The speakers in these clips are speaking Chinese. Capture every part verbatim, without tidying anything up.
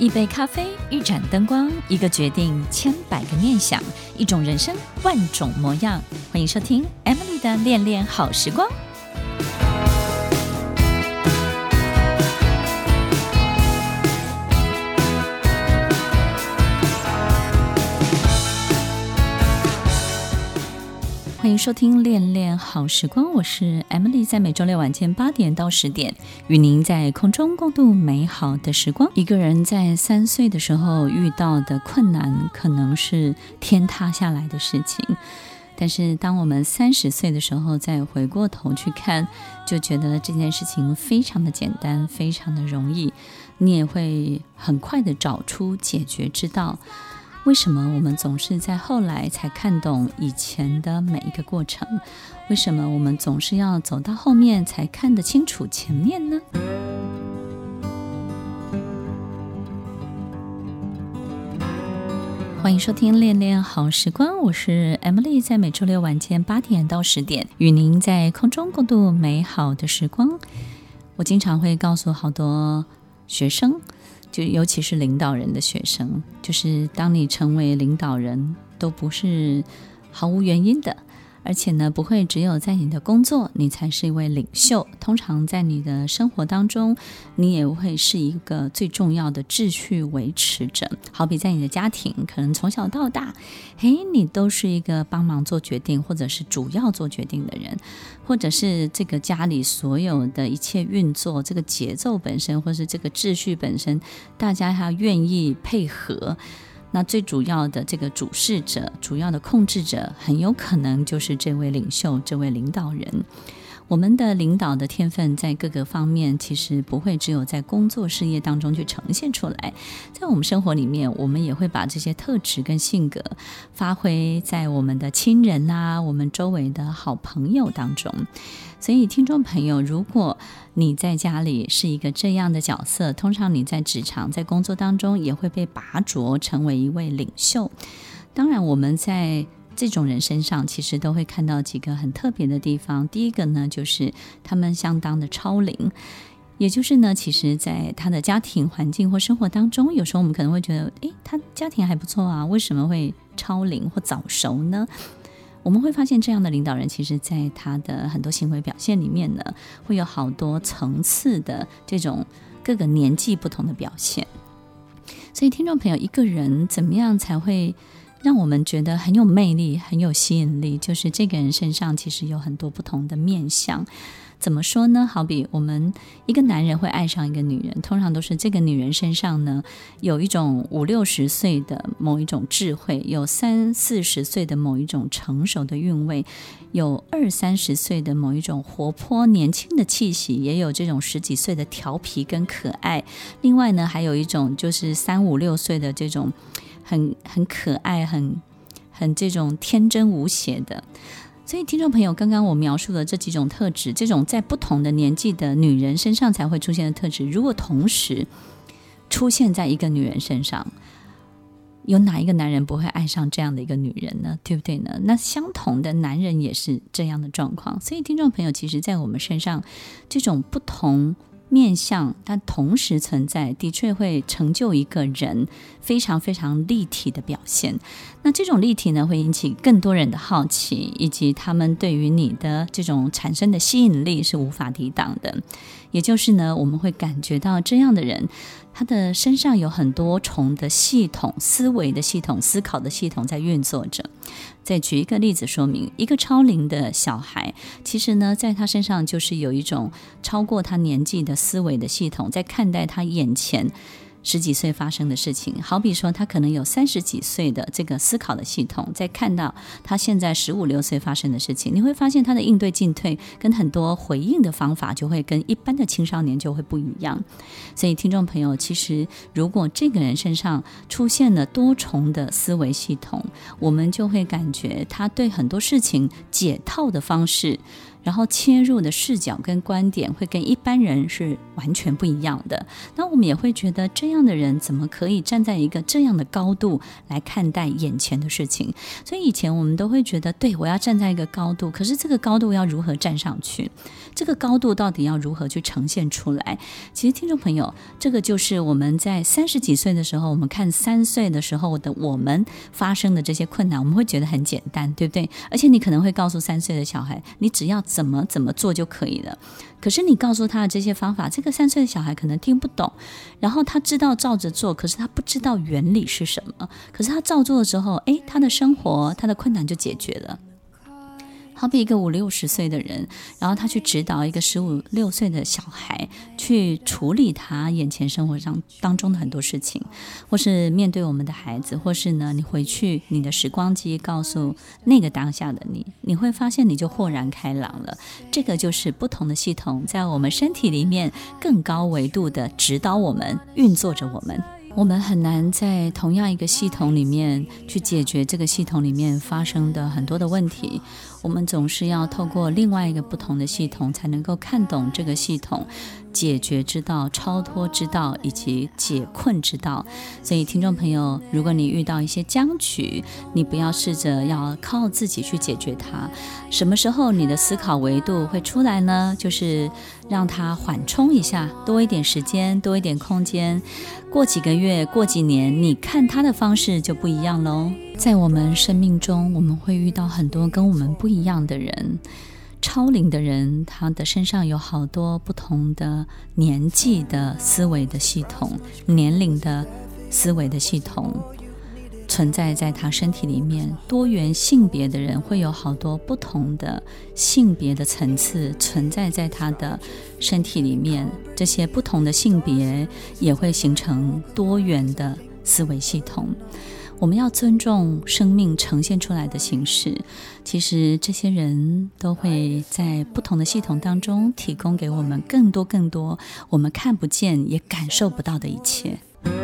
一杯咖啡，一盏灯光，一个决定，千百个念想，一种人生，万种模样。欢迎收听 Emily 的恋恋好时光。欢迎收听恋恋好时光，我是 Emily， 在每周六晚间八点到十点，与您在空中共度美好的时光。一个人在三岁的时候遇到的困难，可能是天塌下来的事情，但是当我们三十岁的时候再回过头去看，就觉得这件事情非常的简单，非常的容易，你也会很快的找出解决之道。为什么我们总是在后来才看懂以前的每一个过程？为什么我们总是要走到后面才看得清楚前面呢？欢迎收听恋恋好时光，我是 Emily， 在每周六晚间八点到十点，与您在空中共度美好的时光。我经常会告诉好多学生，就尤其是领导人的学生，就是当你成为领导人都不是毫无原因的，而且呢，不会只有在你的工作你才是一位领袖，通常在你的生活当中你也会是一个最重要的秩序维持者。好比在你的家庭，可能从小到大嘿，你都是一个帮忙做决定或者是主要做决定的人，或者是这个家里所有的一切运作，这个节奏本身或是这个秩序本身，大家还愿意配合，那最主要的这个主事者，主要的控制者，很有可能就是这位领袖，这位领导人。我们的领导的天分在各个方面其实不会只有在工作事业当中去呈现出来，在我们生活里面，我们也会把这些特质跟性格发挥在我们的亲人啊，我们周围的好朋友当中。所以听众朋友，如果你在家里是一个这样的角色，通常你在职场在工作当中也会被拔擢成为一位领袖。当然我们在这种人身上其实都会看到几个很特别的地方。第一个呢，就是他们相当的超龄，也就是呢，其实在他的家庭环境或生活当中，有时候我们可能会觉得诶，他家庭还不错啊，为什么会超龄或早熟呢？我们会发现这样的领导人其实在他的很多行为表现里面呢，会有好多层次的这种各个年纪不同的表现。所以听众朋友，一个人怎么样才会让我们觉得很有魅力，很有吸引力，就是这个人身上其实有很多不同的面向。怎么说呢？好比我们一个男人会爱上一个女人，通常都是这个女人身上呢有一种五六十岁的某一种智慧，有三四十岁的某一种成熟的韵味，有二三十岁的某一种活泼年轻的气息，也有这种十几岁的调皮跟可爱。另外呢，还有一种就是三五六岁的这种很很可爱，很很这种天真无邪的。所以听众朋友，刚刚我描述的这几种特质，这种在不同的年纪的女人身上才会出现的特质，如果同时出现在一个女人身上，有哪一个男人不会爱上这样的一个女人呢？对不对呢？那相同的男人也是这样的状况。所以听众朋友，其实在我们身上这种不同面向它同时存在，的确会成就一个人非常非常立体的表现。那这种立体呢，会引起更多人的好奇，以及他们对于你的这种产生的吸引力是无法抵挡的。也就是呢，我们会感觉到这样的人，他的身上有很多重的系统，思维的系统，思考的系统在运作着。再举一个例子说明，一个超龄的小孩，其实呢，在他身上就是有一种超过他年纪的思维的系统，在看待他眼前十几岁发生的事情。好比说他可能有三十几岁的这个思考的系统，在看到他现在十五六岁发生的事情，你会发现他的应对进退跟很多回应的方法就会跟一般的青少年就会不一样。所以听众朋友，其实如果这个人身上出现了多重的思维系统，我们就会感觉他对很多事情解套的方式， 然后切入的视角跟观点会跟一般人是完全不一样的。那我们也会觉得这样的人怎么可以站在一个这样的高度来看待眼前的事情。所以以前我们都会觉得，对，我要站在一个高度，可是这个高度要如何站上去，这个高度到底要如何去呈现出来。其实听众朋友，这个就是我们在三十几岁的时候，我们看三岁的时候的我们发生的这些困难，我们会觉得很简单，对不对？而且你可能会告诉三岁的小孩，你只要怎么怎么做就可以了。可是你告诉他的这些方法，这个三岁的小孩可能听不懂，然后他知道照着做，可是他不知道原理是什么。可是他照做的时候，诶，他的生活他的困难就解决了。好比一个五六十岁的人，然后他去指导一个十五六岁的小孩去处理他眼前生活上当中的很多事情，或是面对我们的孩子，或是呢你回去你的时光机告诉那个当下的你，你会发现你就豁然开朗了。这个就是不同的系统在我们身体里面更高维度的指导我们，运作着我们。我们很难在同样一个系统里面去解决这个系统里面发生的很多的问题，我们总是要透过另外一个不同的系统才能够看懂这个系统解决之道、超脱之道以及解困之道。所以听众朋友，如果你遇到一些僵局，你不要试着要靠自己去解决它。什么时候你的思考维度会出来呢？就是让它缓冲一下，多一点时间，多一点空间，过几个月，过几年，你看它的方式就不一样咯。在我们生命中，我们会遇到很多跟我们不一样的人，超龄的人，他的身上有好多不同的年纪的思维的系统，年龄的思维的系统存在在他身体里面。多元性别的人会有好多不同的性别的层次存在在他的身体里面，这些不同的性别也会形成多元的思维系统。我们要尊重生命呈现出来的形式，其实这些人都会在不同的系统当中提供给我们更多更多我们看不见也感受不到的一切。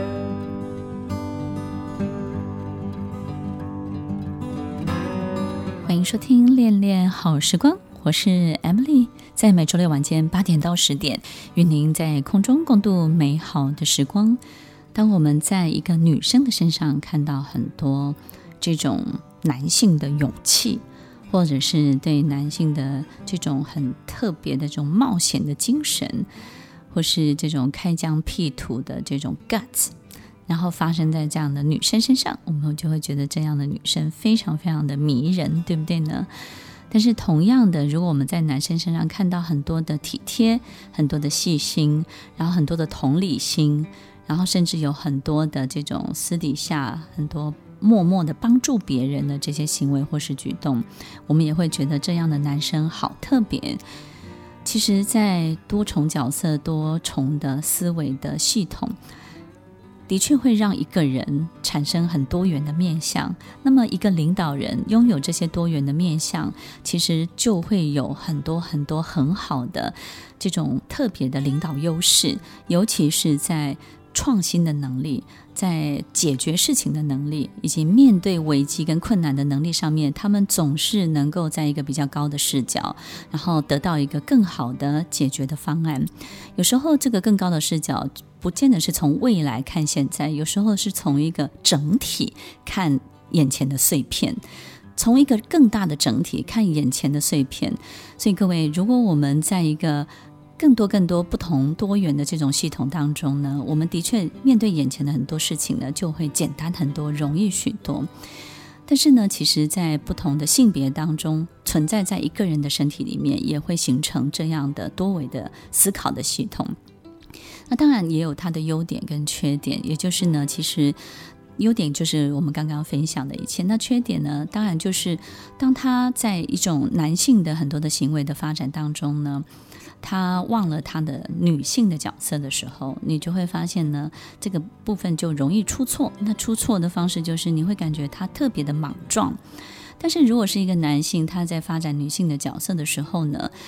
欢迎收听恋恋好时光，我是 Emily， 在每周六晚间八点到十点，与您在空中共度美好的时光。当我们在一个女生的身上看到很多这种男性的勇气，或者是对男性的这种很特别的这种冒险的精神，或是这种开疆辟土的这种 guts， 然后发生在这样的女生身上，我们就会觉得这样的女生非常非常的迷人，对不对呢？但是同样的，如果我们在男生身上看到很多的体贴，很多的细心，然后很多的同理心，然后甚至有很多的这种私底下很多默默的帮助别人的这些行为或是举动，我们也会觉得这样的男生好特别。其实在多重角色、多重的思维的系统的确会让一个人产生很多元的面向，那么一个领导人拥有这些多元的面向，其实就会有很多很多很好的这种特别的领导优势，尤其是在创新的能力，在解决事情的能力，以及面对危机跟困难的能力上面，他们总是能够在一个比较高的视角，然后得到一个更好的解决的方案。有时候这个更高的视角不见得是从未来看现在，有时候是从一个整体看眼前的碎片，从一个更大的整体看眼前的碎片。所以各位，如果我们在一个更多更多不同多元的这种系统当中呢，我们的确面对眼前的很多事情呢，就会简单很多，容易许多。但是呢，其实在不同的性别当中，存在在一个人的身体里面，也会形成这样的多维的思考的系统。那当然也有它的优点跟缺点，也就是呢，其实优点就是我们刚刚分享的一切，那缺点呢，当然就是当他在一种男性的很多的行为的发展当中呢，他忘了他的女性的角色的时候，你就会发现呢，这个部分就容易出错。那出错的方式就是你会感觉他特别的莽撞。但是如果是一个男性，他在发展女性的角色的时候呢，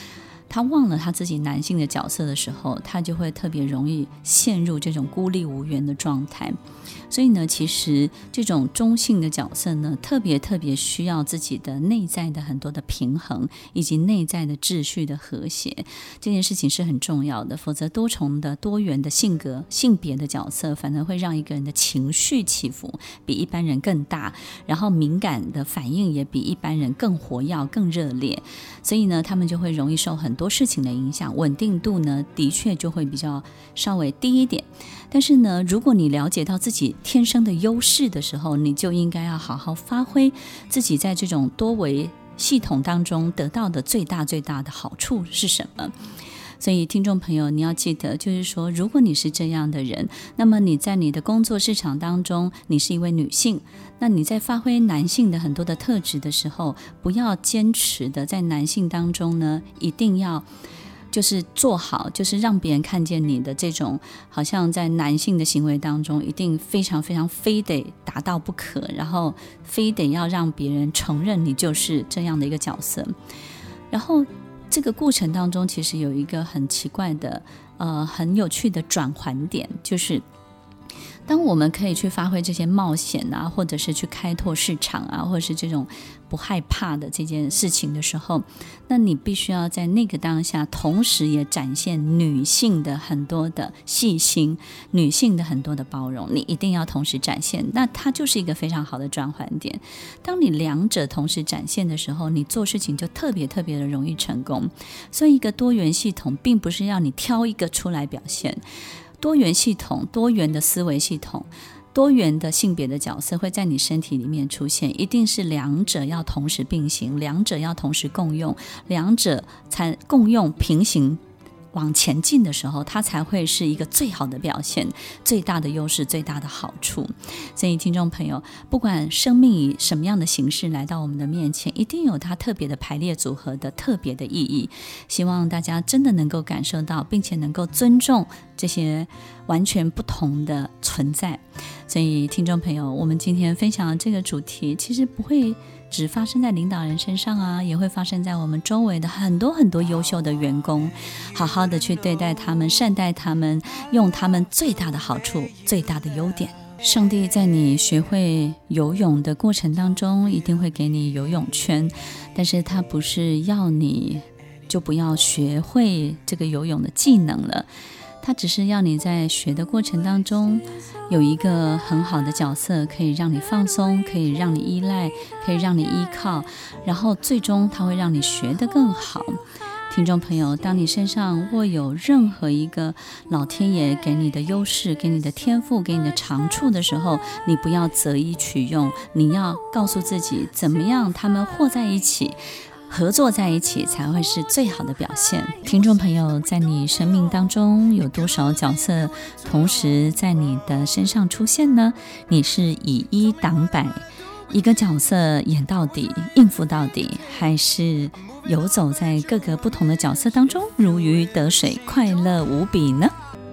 他忘了他自己男性的角色的时候，他就会特别容易陷入这种孤立无援的状态。所以呢，其实这种中性的角色呢，特别特别需要自己的内在的很多的平衡，以及内在的秩序的和谐，这件事情是很重要的。否则多重的多元的性格性别的角色，反而会让一个人的情绪起伏比一般人更大，然后敏感的反应也比一般人更活跃更热烈，所以呢，他们就会容易受很多事情的影响，稳定度呢的确就会比较稍微低一点。但是呢，如果你了解到自己天生的优势的时候，你就应该要好好发挥自己在这种多维系统当中得到的最大最大的好处是什么。所以听众朋友，你要记得，就是说，如果你是这样的人，那么你在你的工作市场当中，你是一位女性，那你在发挥男性的很多的特质的时候，不要坚持的在男性当中呢，一定要就是做好，就是让别人看见你的这种好像在男性的行为当中一定非常非常非得达到不可，然后非得要让别人承认你就是这样的一个角色。然后这个过程当中其实有一个很奇怪的呃很有趣的转环点，就是当我们可以去发挥这些冒险啊，或者是去开拓市场啊，或者是这种不害怕的这件事情的时候，那你必须要在那个当下同时也展现女性的很多的细心，女性的很多的包容，你一定要同时展现，那它就是一个非常好的转换点。当你两者同时展现的时候，你做事情就特别特别的容易成功。所以一个多元系统并不是要你挑一个出来表现，多元系统，多元的思维系统，多元的性别的角色会在你身体里面出现，一定是两者要同时并行，两者要同时共用，两者才共用平行往前进的时候，它才会是一个最好的表现，最大的优势，最大的好处。所以听众朋友，不管生命以什么样的形式来到我们的面前，一定有它特别的排列组合的特别的意义。希望大家真的能够感受到，并且能够尊重这些完全不同的存在。所以听众朋友，我们今天分享的这个主题其实不会只发生在领导人身上啊，也会发生在我们周围的很多很多优秀的员工，好好的去对待他们，善待他们，用他们最大的好处，最大的优点。上帝在你学会游泳的过程当中一定会给你游泳圈，但是他不是要你就不要学会这个游泳的技能了，他只是要你在学的过程当中有一个很好的角色，可以让你放松，可以让你依赖，可以让你依靠，然后最终他会让你学得更好。听众朋友，当你身上握有任何一个老天爷给你的优势，给你的天赋，给你的长处的时候，你不要择一取用，你要告诉自己怎么样他们和在一起，合作在一起才会是最好的表现。听众朋友，在你生命当中有多少角色同时在你的身上出现呢？你是以一挡百，一个角色演到底，应付到底，还是游走在各个不同的角色当中，如鱼得水，快乐无比呢？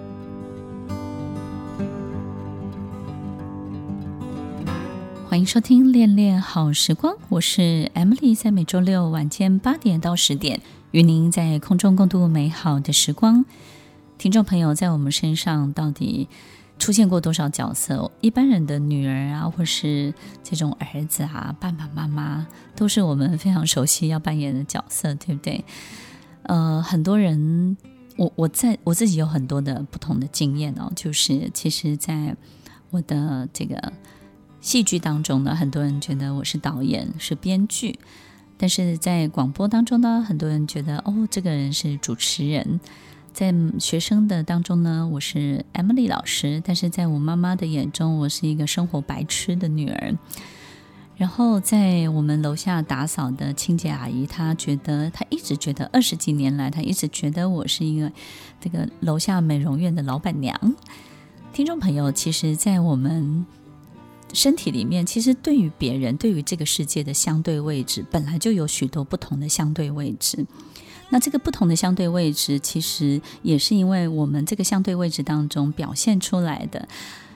欢迎收听恋恋好时光，我是 Emily， 在每周六晚间八点到十点与您在空中共度美好的时光。听众朋友，在我们身上到底出现过多少角色？一般人的女儿啊，或是这种儿子啊，爸爸妈妈都是我们非常熟悉要扮演的角色，对不对？呃，很多人，我我在我自己有很多的不同的经验哦，就是其实在我的这个戏剧当中呢，很多人觉得我是导演，是编剧，但是在广播当中呢，很多人觉得哦，这个人是主持人。在学生的当中呢，我是 Emily 老师，但是在我妈妈的眼中，我是一个生活白痴的女儿。然后在我们楼下打扫的清洁阿姨，她觉得她一直觉得二十几年来，她一直觉得我是一个这个楼下美容院的老板娘。听众朋友，其实在我们身体里面，其实对于别人，对于这个世界的相对位置，本来就有许多不同的相对位置。那这个不同的相对位置，其实也是因为我们这个相对位置当中表现出来的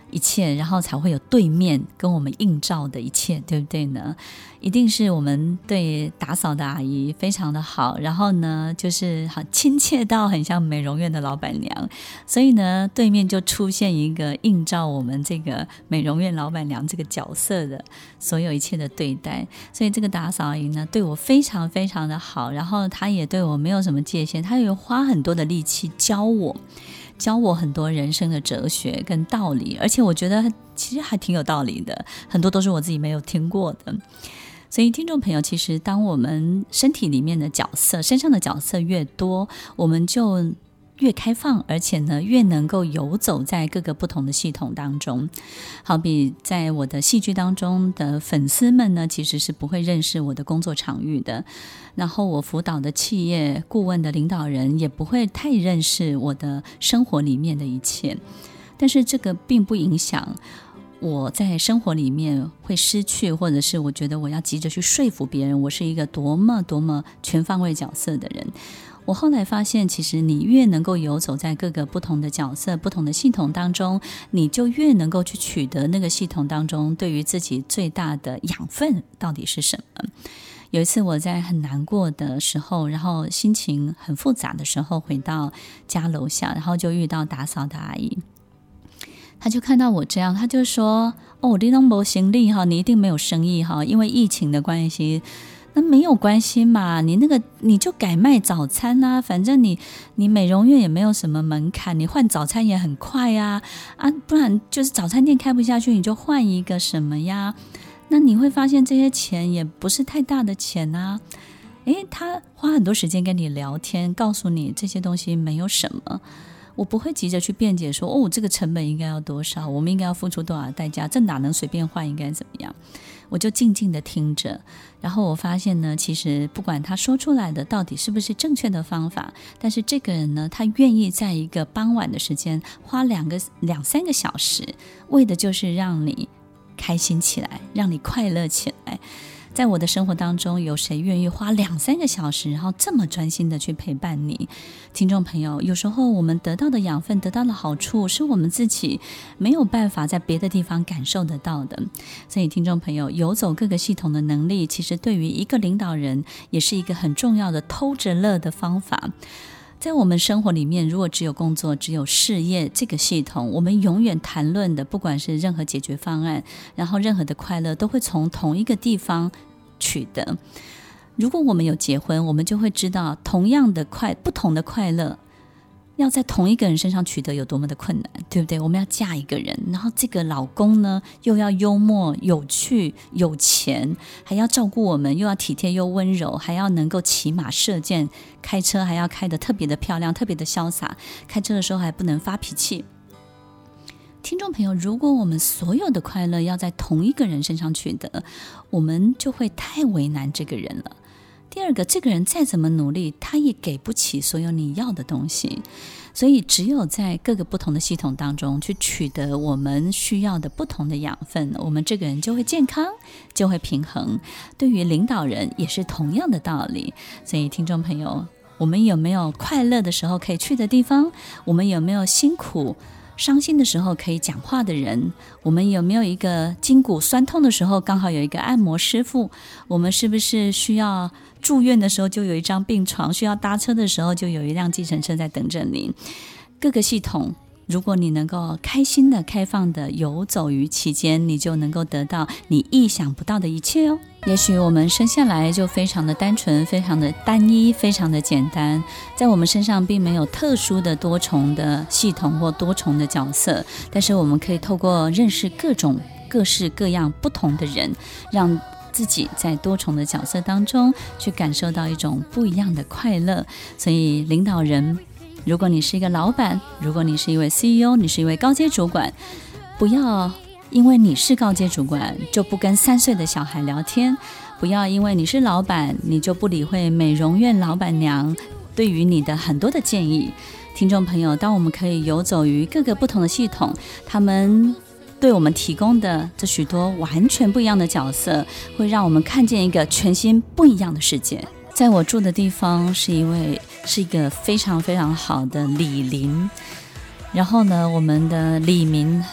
一切，然后才会有对面跟我们映照的一切，对不对呢？一定是我们对打扫的阿姨非常的好，然后呢就是好亲切到很像美容院的老板娘，所以呢对面就出现一个映照我们这个美容院老板娘这个角色的所有一切的对待。所以这个打扫阿姨呢对我非常非常的好，然后她也对我没有什么界限，她有花很多的力气教我教我很多人生的哲学跟道理，而且我觉得其实还挺有道理的，很多都是我自己没有听过的。所以听众朋友，其实当我们身体里面的角色身上的角色越多，我们就越开放，而且呢越能够游走在各个不同的系统当中。好比在我的戏剧当中的粉丝们呢，其实是不会认识我的工作场域的，然后我辅导的企业顾问的领导人也不会太认识我的生活里面的一切。但是这个并不影响我在生活里面会失去，或者是我觉得我要急着去说服别人我是一个多么多么全方位角色的人。我后来发现，其实你越能够游走在各个不同的角色不同的系统当中，你就越能够去取得那个系统当中对于自己最大的养分到底是什么。有一次我在很难过的时候，然后心情很复杂的时候，回到家楼下，然后就遇到打扫的阿姨，他就看到我这样，他就说：哦，你都没行李哈，你一定没有生意哈，因为疫情的关系。那没有关系嘛，你那个你就改卖早餐啊，反正你你美容院也没有什么门槛，你换早餐也很快啊啊，不然就是早餐店开不下去，你就换一个什么呀？那你会发现这些钱也不是太大的钱啊。诶，他花很多时间跟你聊天，告诉你这些东西没有什么。我不会急着去辩解说，哦，这个成本应该要多少，我们应该要付出多少代价，这哪能随便换，应该怎么样？我就静静的听着，然后我发现呢，其实不管他说出来的到底是不是正确的方法，但是这个人呢，他愿意在一个傍晚的时间花两个两三个小时，为的就是让你开心起来，让你快乐起来。在我的生活当中，有谁愿意花两三个小时，然后这么专心的去陪伴你？听众朋友，有时候我们得到的养分，得到的好处，是我们自己没有办法在别的地方感受得到的。所以听众朋友，游走各个系统的能力，其实对于一个领导人，也是一个很重要的偷着乐的方法。在我们生活里面，如果只有工作，只有事业这个系统，我们永远谈论的，不管是任何解决方案，然后任何的快乐，都会从同一个地方取得。如果我们有结婚，我们就会知道同样的快不同的快乐要在同一个人身上取得有多么的困难，对不对？我们要嫁一个人，然后这个老公呢又要幽默有趣有钱，还要照顾我们，又要体贴又温柔，还要能够骑马射箭，开车还要开得特别的漂亮，特别的潇洒，开车的时候还不能发脾气。听众朋友，如果我们所有的快乐要在同一个人身上取得，我们就会太为难这个人了。第二个，这个人再怎么努力，他也给不起所有你要的东西。所以只有在各个不同的系统当中去取得我们需要的不同的养分，我们这个人就会健康，就会平衡。对于领导人也是同样的道理。所以听众朋友，我们有没有快乐的时候可以去的地方？我们有没有辛苦伤心的时候可以讲话的人？我们有没有一个筋骨酸痛的时候刚好有一个按摩师傅？我们是不是需要住院的时候就有一张病床，需要搭车的时候就有一辆计程车在等着你？各个系统，如果你能够开心的开放的游走于其间，你就能够得到你意想不到的一切哦。也许我们生下来就非常的单纯，非常的单一，非常的简单，在我们身上并没有特殊的多重的系统或多重的角色，但是我们可以透过认识各种各式各样不同的人，让自己在多重的角色当中去感受到一种不一样的快乐。所以领导人，如果你是一个老板，如果你是一位 C E O， 你是一位高阶主管，不要因为你是高阶主管就不跟三岁的小孩聊天，不要因为你是老板你就不理会美容院老板娘对于你的很多的建议。听众朋友，当我们可以游走于各个不同的系统，他们对我们提供的这许多完全不一样的角色，会让我们看见一个全新不一样的世界。在我住的地方是一位是一个非常非常好的李林，然后呢，我们的李明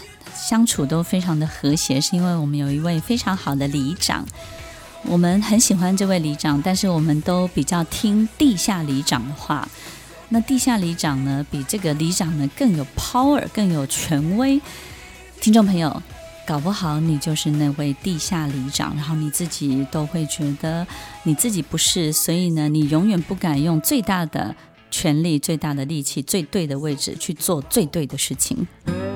相处都非常的和谐，是因为我们有一位非常好的里长。我们很喜欢这位里长，但是我们都比较听地下里长的话。那地下里长呢，比这个里长呢更有 power， 更有权威。听众朋友，搞不好你就是那位地下里长，然后你自己都会觉得你自己不是，所以呢，你永远不敢用最大的权力、最大的力气、最对的位置去做最对的事情。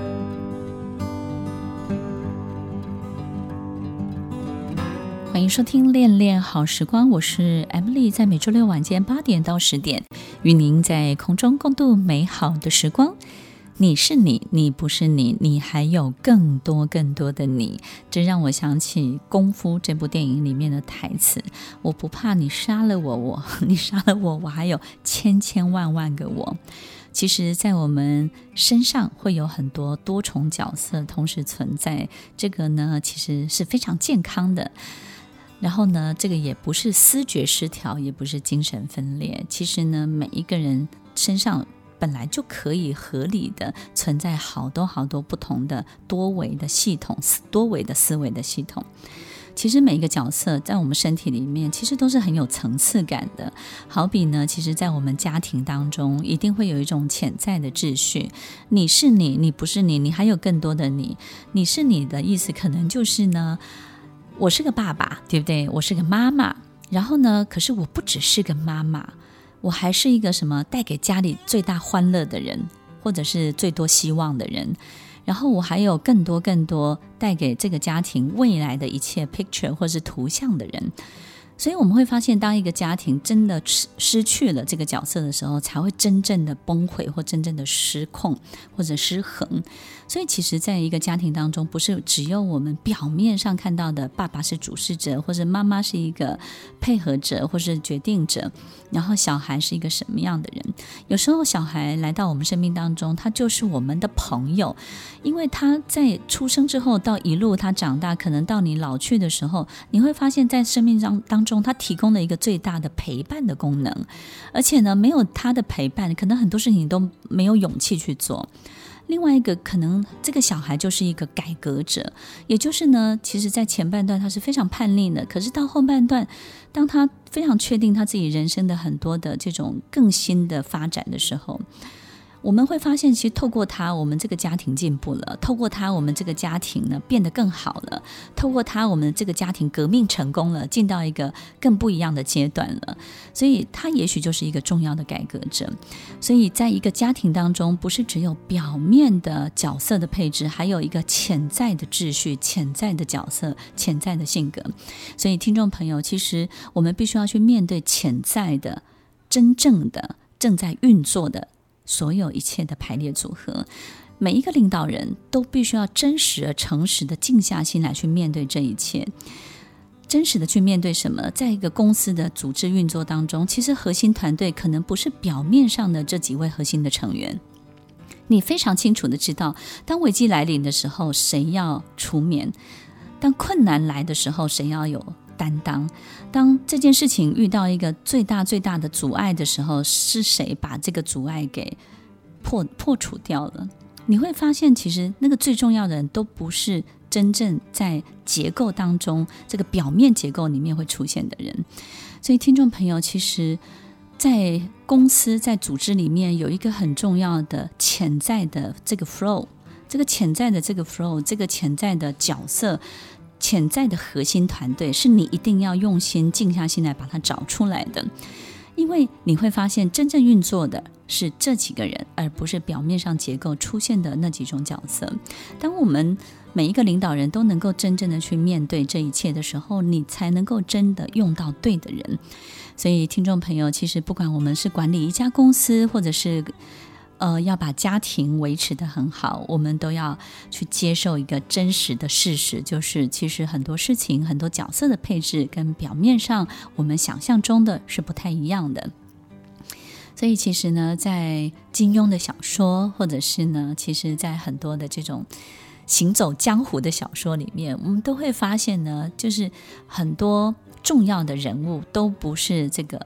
欢迎收听恋恋好时光，我是 Emily， 在每周六晚间八点到十点，与您在空中共度美好的时光。你是你，你不是你，你还有更多更多的你。这让我想起《功夫》这部电影里面的台词：我不怕你杀了我，我你杀了我，我还有千千万万个我。其实在我们身上会有很多多重角色同时存在，这个呢其实是非常健康的。然后呢，这个也不是思觉失调，也不是精神分裂。其实呢，每一个人身上本来就可以合理的存在好多好多不同的多维的系统，多维的思维的系统。其实每一个角色在我们身体里面其实都是很有层次感的。好比呢，其实在我们家庭当中一定会有一种潜在的秩序，你是你，你不是你，你还有更多的你。你是你的意思可能就是呢，我是个爸爸，对不对？我是个妈妈，然后呢，可是我不只是个妈妈，我还是一个什么带给家里最大欢乐的人，或者是最多希望的人。然后我还有更多更多带给这个家庭未来的一切 picture 或是图像的人。所以我们会发现，当一个家庭真的失去了这个角色的时候，才会真正的崩溃，或真正的失控，或者失衡。所以其实在一个家庭当中，不是只有我们表面上看到的爸爸是主事者，或者妈妈是一个配合者或是决定者，然后小孩是一个什么样的人。有时候小孩来到我们生命当中，他就是我们的朋友，因为他在出生之后到一路他长大，可能到你老去的时候，你会发现在生命当中他提供了一个最大的陪伴的功能。而且呢，没有他的陪伴，可能很多事情你都没有勇气去做。另外一个可能这个小孩就是一个改革者，也就是呢，其实在前半段他是非常叛逆的，可是到后半段当他非常确定他自己人生的很多的这种更新的发展的时候，我们会发现其实透过他我们这个家庭进步了，透过他我们这个家庭呢变得更好了，透过他我们这个家庭革命成功了，进到一个更不一样的阶段了。所以他也许就是一个重要的改革者。所以在一个家庭当中，不是只有表面的角色的配置，还有一个潜在的秩序、潜在的角色、潜在的性格。所以听众朋友，其实我们必须要去面对潜在的、真正的、正在运作的所有一切的排列组合。每一个领导人都必须要真实而诚实的静下心来去面对这一切。真实的去面对什么？在一个公司的组织运作当中，其实核心团队可能不是表面上的这几位核心的成员。你非常清楚的知道，当危机来临的时候，谁要出面；当困难来的时候，谁要有担当。当这件事情遇到一个最大最大的阻碍的时候，是谁把这个阻碍给破破除掉了？你会发现其实那个最重要的人都不是真正在结构当中这个表面结构里面会出现的人。所以听众朋友，其实在公司在组织里面有一个很重要的潜在的这个 flow， 这个潜在的这个 flow， 这个潜在的角色，潜在的核心团队，是你一定要用心静下心来把它找出来的。因为你会发现真正运作的是这几个人，而不是表面上结构出现的那几种角色。当我们每一个领导人都能够真正的去面对这一切的时候，你才能够真的用到对的人。所以听众朋友，其实不管我们是管理一家公司，或者是呃，要把家庭维持得很好，我们都要去接受一个真实的事实，就是其实很多事情、很多角色的配置跟表面上我们想象中的是不太一样的。所以其实呢，在金庸的小说，或者是呢，其实在很多的这种行走江湖的小说里面，我们都会发现呢，就是很多重要的人物都不是这个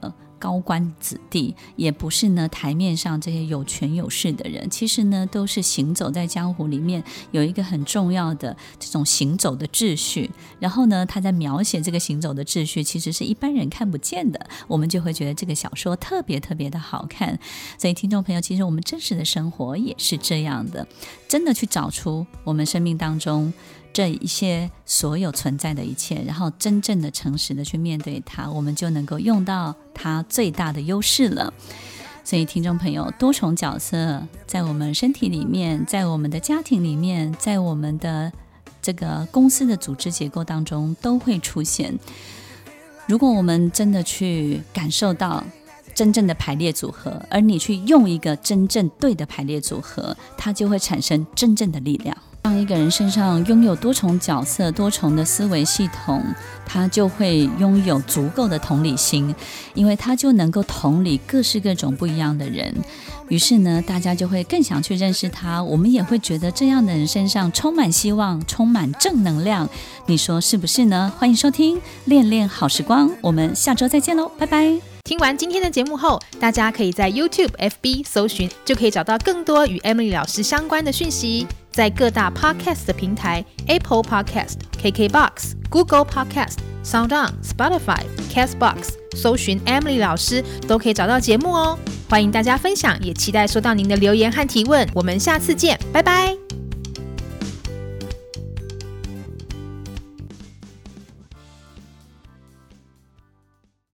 高官子弟，也不是呢台面上这些有权有势的人，其实呢都是行走在江湖里面有一个很重要的这种行走的秩序，然后呢他在描写这个行走的秩序其实是一般人看不见的，我们就会觉得这个小说特别特别的好看。所以听众朋友，其实我们真实的生活也是这样的，真的去找出我们生命当中这一些所有存在的一切，然后真正的诚实的去面对它，我们就能够用到它最大的优势了。所以听众朋友，多重角色在我们身体里面，在我们的家庭里面，在我们的这个公司的组织结构当中都会出现。如果我们真的去感受到真正的排列组合，而你去用一个真正对的排列组合，它就会产生真正的力量。当一个人身上拥有多重角色、多重的思维系统，他就会拥有足够的同理心，因为他就能够同理各式各种不一样的人。于是呢，大家就会更想去认识他，我们也会觉得这样的人身上充满希望，充满正能量。你说是不是呢？欢迎收听恋恋好时光，我们下周再见喽，拜拜。 听完今天的节目后，大家可以在 YouTube、F B 搜寻，就可以找到更多与 Emily 老师相关的讯息。在各大 Podcast 的平台 Apple Podcast、K K B O X、Google Podcast、SoundOn、Spotify、Castbox 搜寻 Emily 老师都可以找到节目哦。欢迎大家分享，也期待收到您的留言和提问。我们下次见，拜拜。